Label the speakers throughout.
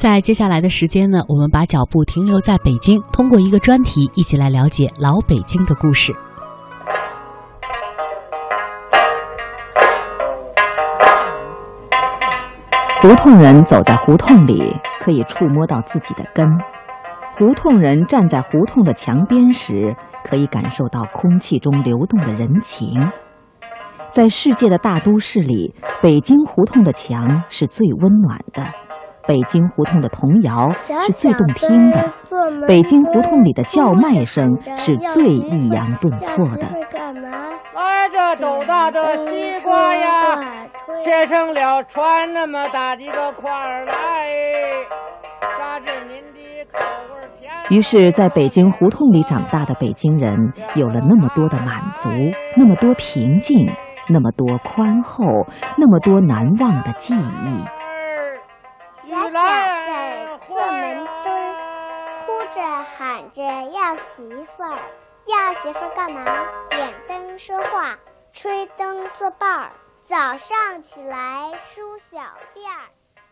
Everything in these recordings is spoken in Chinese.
Speaker 1: 在接下来的时间呢，我们把脚步停留在北京，通过一个专题一起来了解老北京的故事。
Speaker 2: 胡同人走在胡同里，可以触摸到自己的根；胡同人站在胡同的墙边时，可以感受到空气中流动的人情。在世界的大都市里，北京胡同的墙是最温暖的，北京胡同的童谣是最动听的，北京胡同里的叫卖声是最抑扬顿挫的。
Speaker 3: 来这斗大的西瓜呀，切成了穿那么大的一个块儿来，啥是您的口味甜。
Speaker 2: 于是在北京胡同里长大的北京人有了那么多的满足，那么多平静，那么多宽厚，那么多难忘的记忆。
Speaker 4: 小小在过门墩儿，哭着喊着要媳妇儿，要媳妇儿干嘛？点灯说话，吹灯作伴儿，早上起来梳小辫儿。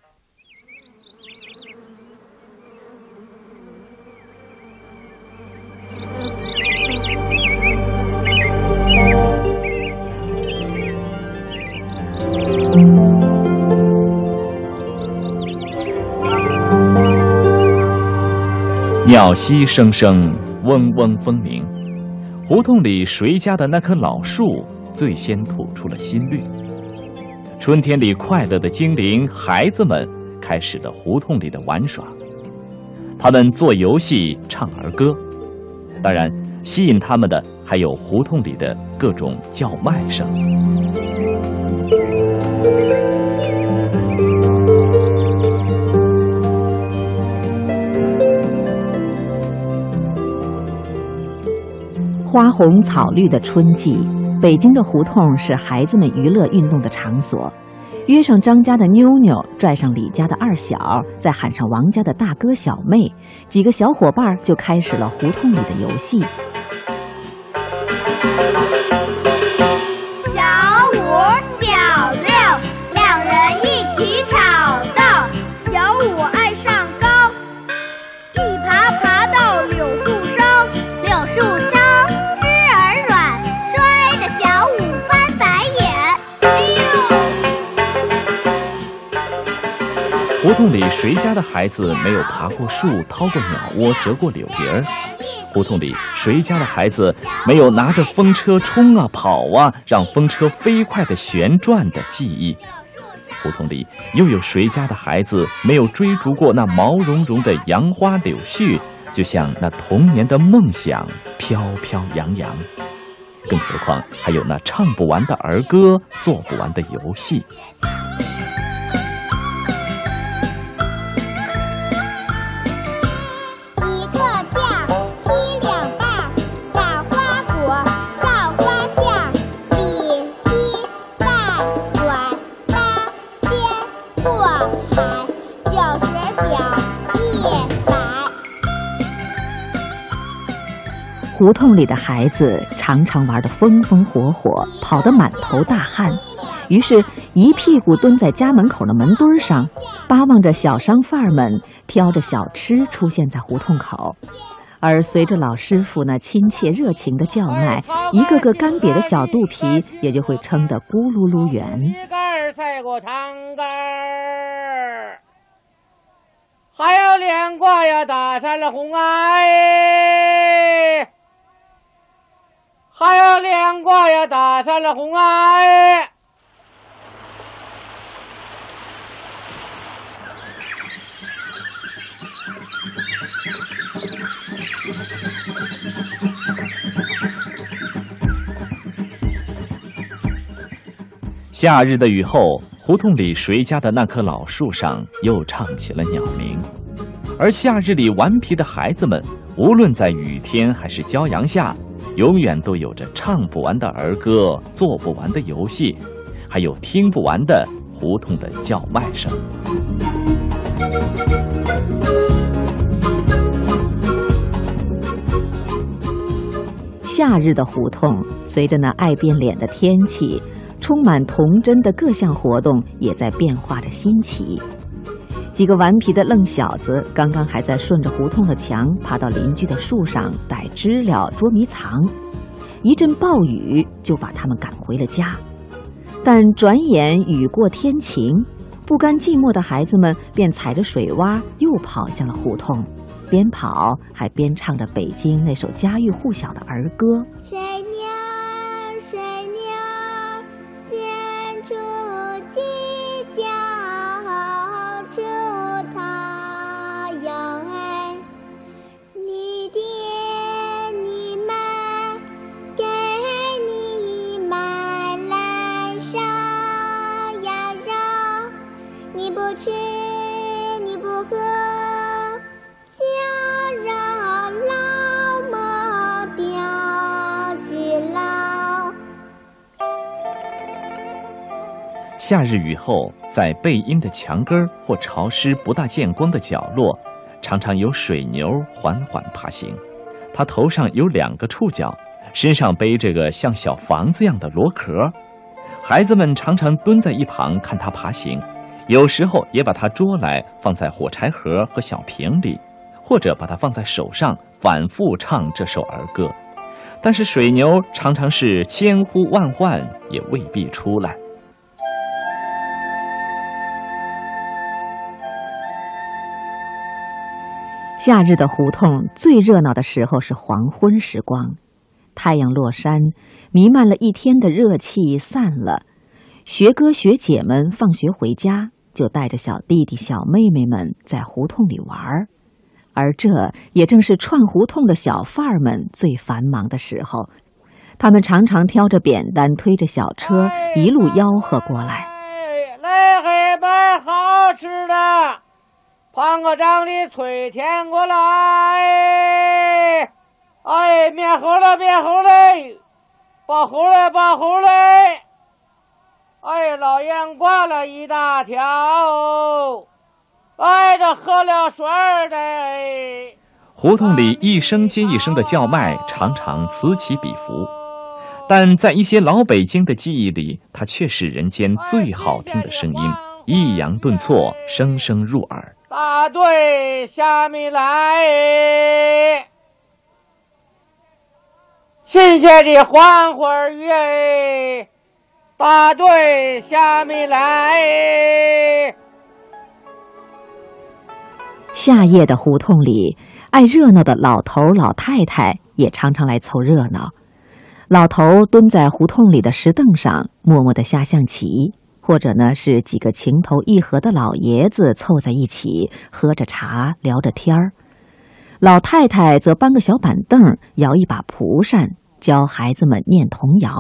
Speaker 5: 鸟息声声，嗡嗡风鸣。胡同里谁家的那棵老树最先吐出了新绿。春天里快乐的精灵孩子们开始了胡同里的玩耍，他们做游戏唱儿歌，当然吸引他们的还有胡同里的各种叫卖声。
Speaker 2: 花红草绿的春季，北京的胡同是孩子们娱乐运动的场所。约上张家的妞妞，拽上李家的二小，再喊上王家的大哥小妹，几个小伙伴就开始了胡同里的游戏。
Speaker 4: 小五、小六两人一起吵闹，小五爱上高，一爬爬到柳树梢，柳树梢枝儿软，摔得小五翻白眼。哎呦！
Speaker 5: 胡同里谁家的孩子没有爬过树、掏过鸟窝、折过柳叶儿？胡同里谁家的孩子没有拿着风车冲啊跑啊，让风车飞快地旋转的记忆？胡同里又有谁家的孩子没有追逐过那毛茸茸的杨花柳絮，就像那童年的梦想飘飘扬扬？更何况还有那唱不完的儿歌，做不完的游戏。
Speaker 2: 胡同里的孩子常常玩得风风火火，跑得满头大汗，于是一屁股蹲在家门口的门墩上，巴望着小商贩们挑着小吃出现在胡同口。而随着老师傅那亲切热情的叫卖，一个个干瘪的小肚皮也就会撑得咕噜噜圆。
Speaker 3: 鸡肝菜过汤干儿，还有莲瓜呀，大山了红哎，还有莲瓜呀，大山了红哎。
Speaker 5: 夏日的雨后，胡同里谁家的那棵老树上又唱起了鸟鸣，而夏日里顽皮的孩子们，无论在雨天还是骄阳下，永远都有着唱不完的儿歌，做不完的游戏，还有听不完的胡同的叫卖声。
Speaker 2: 夏日的胡同，随着那爱变脸的天气，充满童真的各项活动也在变化着新奇。 几个顽皮的愣小子刚刚还在顺着胡同的墙爬到邻居的树上逮知了、捉迷藏，一阵暴雨就把他们赶回了家。但转眼雨过天晴，不甘寂寞的孩子们便踩着水洼又跑向了胡同，边跑还边唱着北京那首家喻户晓的儿歌。
Speaker 4: 水鸟水鸟献出犄角出太阳，哎，你爹你妈给你买来啥呀啥，你不吃你不喝，就让老妈吊起牢。
Speaker 5: 夏日雨后，在背阴的墙根儿或潮湿不大见光的角落，常常有水牛缓缓爬行。它头上有2个触角，身上背着个像小房子样的螺壳。孩子们常常蹲在一旁看它爬行，有时候也把它捉来放在火柴盒和小瓶里，或者把它放在手上，反复唱这首儿歌。但是水牛常常是千呼万唤也未必出来。
Speaker 2: 夏日的胡同最热闹的时候是黄昏时光，太阳落山，弥漫了一天的热气散了，学哥学姐们放学回家，就带着小弟弟小妹妹们在胡同里玩，而这也正是串胡同的小贩儿们最繁忙的时候。他们常常挑着扁担，推着小车，一路吆喝过来：
Speaker 3: 来给买好吃的，胖个长的催甜过来，哎，面猴了面猴嘞，把猴嘞把猴嘞，哎，老烟挂了一大条，哎，这喝了水儿的。
Speaker 5: 胡同里一声接一声的叫卖，常常此起彼伏，但在一些老北京的记忆里，它却是人间最好听的声音，抑扬顿挫，声声入耳。
Speaker 3: 大队下面来，新鲜的黄花鱼哎，大队下面来。
Speaker 2: 夏夜的胡同里，爱热闹的老头老太太也常常来凑热闹。老头蹲在胡同里的石凳上，默默地下象棋，或者呢是几个情投意合的老爷子凑在一起，喝着茶，聊着天儿。老太太则搬个小板凳，摇一把蒲扇，教孩子们念童谣。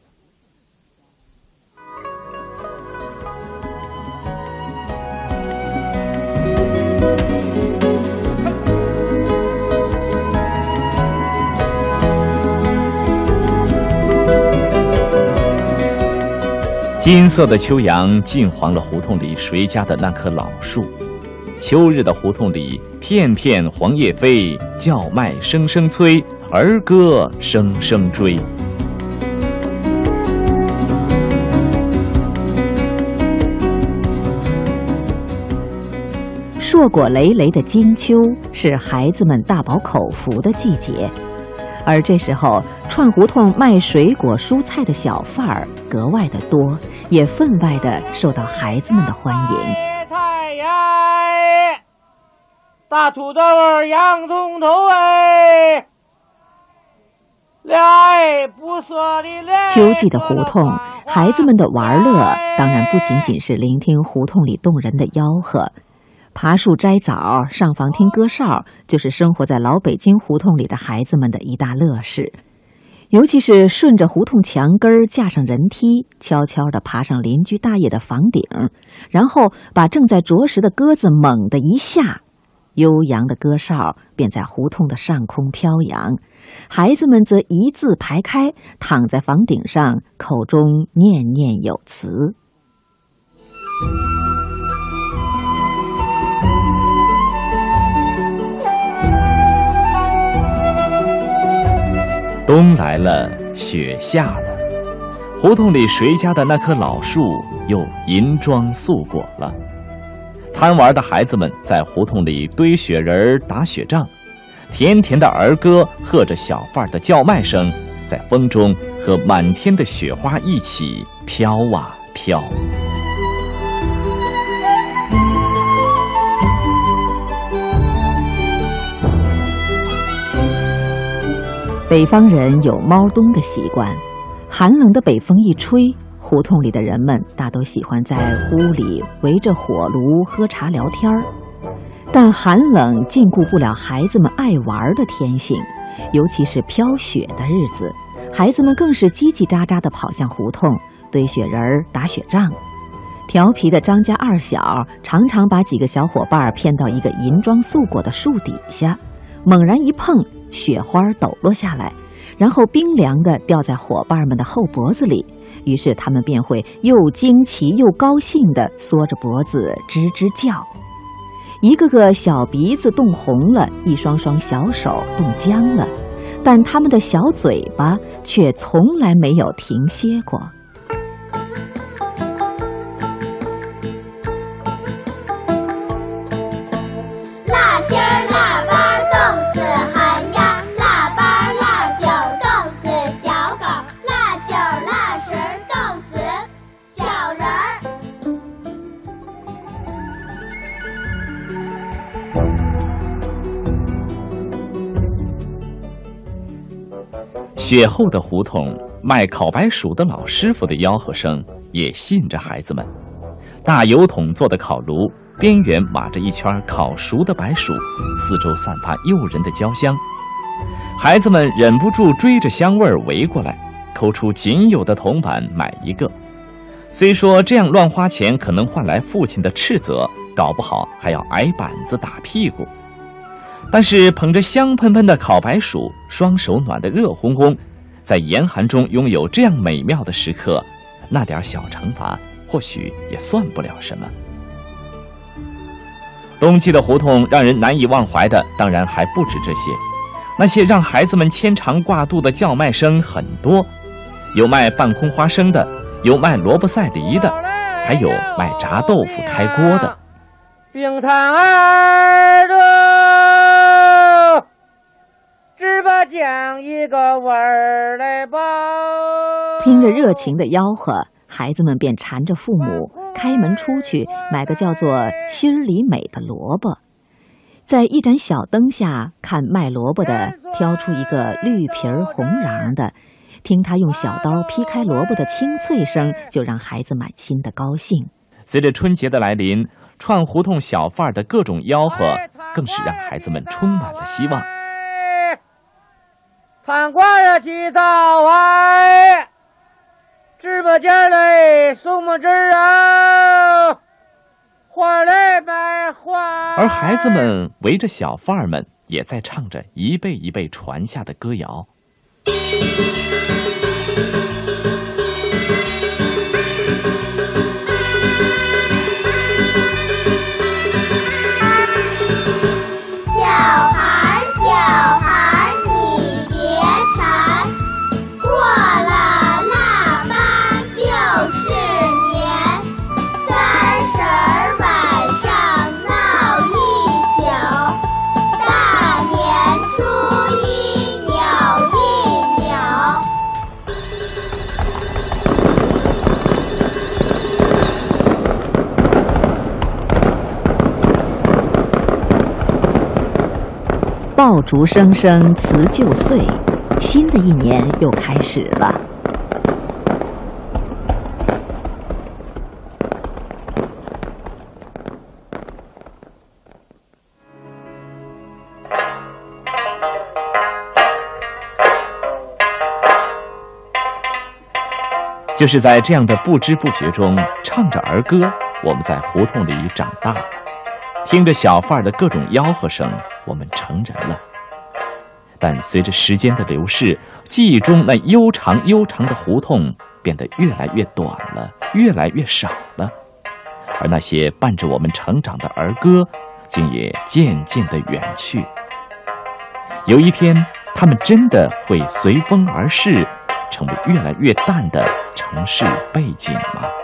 Speaker 5: 金色的秋阳浸黄了胡同里谁家的那棵老树，秋日的胡同里，片片黄叶飞，叫卖声声催，儿歌声声追。
Speaker 2: 硕果累累的金秋是孩子们大饱口福的季节，而这时候串胡同卖水果蔬菜的小贩儿格外的多，也分外的受到孩子们的欢迎。
Speaker 3: 菜呀，大土豆儿洋葱头哎，来不色的来。
Speaker 2: 秋季的胡同，孩子们的玩乐当然不仅仅是聆听胡同里动人的吆喝，爬树摘枣、上房听歌哨，就是生活在老北京胡同里的孩子们的一大乐事。尤其是顺着胡同墙根儿架上人梯，悄悄地爬上邻居大爷的房顶，然后把正在啄食的鸽子猛地一下，悠扬的歌哨便在胡同的上空飘扬，孩子们则一字排开，躺在房顶上，口中念念有词。
Speaker 5: 冬来了，雪下了，胡同里谁家的那棵老树又银装素裹了。 贪玩的孩子们在胡同里堆雪人、打雪仗，甜甜的儿歌和着小贩的叫卖声，在风中和满天的雪花一起飘啊飘。
Speaker 2: 北方人有猫冬的习惯，寒冷的北风一吹，胡同里的人们大都喜欢在屋里围着火炉喝茶聊天儿。但寒冷禁锢不了孩子们爱玩的天性，尤其是飘雪的日子，孩子们更是叽叽喳喳地跑向胡同，堆雪人、打雪仗。调皮的张家二小常常把几个小伙伴骗到一个银装素裹的树底下，猛然一碰，雪花抖落下来，然后冰凉地掉在伙伴们的后脖子里，于是他们便会又惊奇又高兴地缩着脖子吱吱叫。一个个小鼻子冻红了，一双双小手冻僵了，但他们的小嘴巴却从来没有停歇过。
Speaker 5: 雪后的胡同，卖烤白薯的老师傅的吆喝声也吸引着孩子们。大油桶做的烤炉，边缘码着一圈烤熟的白薯，四周散发诱人的焦香。孩子们忍不住追着香味围过来，抠出仅有的铜板买一个。虽说这样乱花钱可能换来父亲的斥责，搞不好还要挨板子打屁股。但是捧着香喷喷的烤白薯，双手暖得热烘烘，在严寒中拥有这样美妙的时刻，那点小惩罚或许也算不了什么。冬季的胡同让人难以忘怀的当然还不止这些，那些让孩子们牵肠挂肚的叫卖声很多，有卖半空花生的，有卖萝卜赛梨的，还有卖炸豆腐开锅的。
Speaker 3: 冰糖儿的只把酱一个味儿来包。
Speaker 2: 听着热情的吆喝，孩子们便缠着父母开门出去买个叫做心儿里美的萝卜，在一盏小灯下看卖萝卜的挑出一个绿皮儿红瓤的，听他用小刀劈开萝卜的清脆声，就让孩子满心的高兴。
Speaker 5: 随着春节的来临，串胡同小贩的各种吆喝更是让孩子们充满了希望。
Speaker 3: 糖瓜呀起早哎，芝麻尖嘞松木枝啊，花嘞买花。
Speaker 5: 而孩子们围着小贩们也在唱着一辈一辈传下的歌谣。
Speaker 2: 爆竹声声辞旧岁，新的一年又开始了。
Speaker 5: 就是在这样的不知不觉中，唱着儿歌，我们在胡同里长大了。听着小贩的各种吆喝声，我们成人了。但随着时间的流逝，记忆中那悠长悠长的胡同变得越来越短了，越来越少了。而那些伴着我们成长的儿歌，竟也渐渐地远去。有一天，它们真的会随风而逝，成为越来越淡的城市背景吗？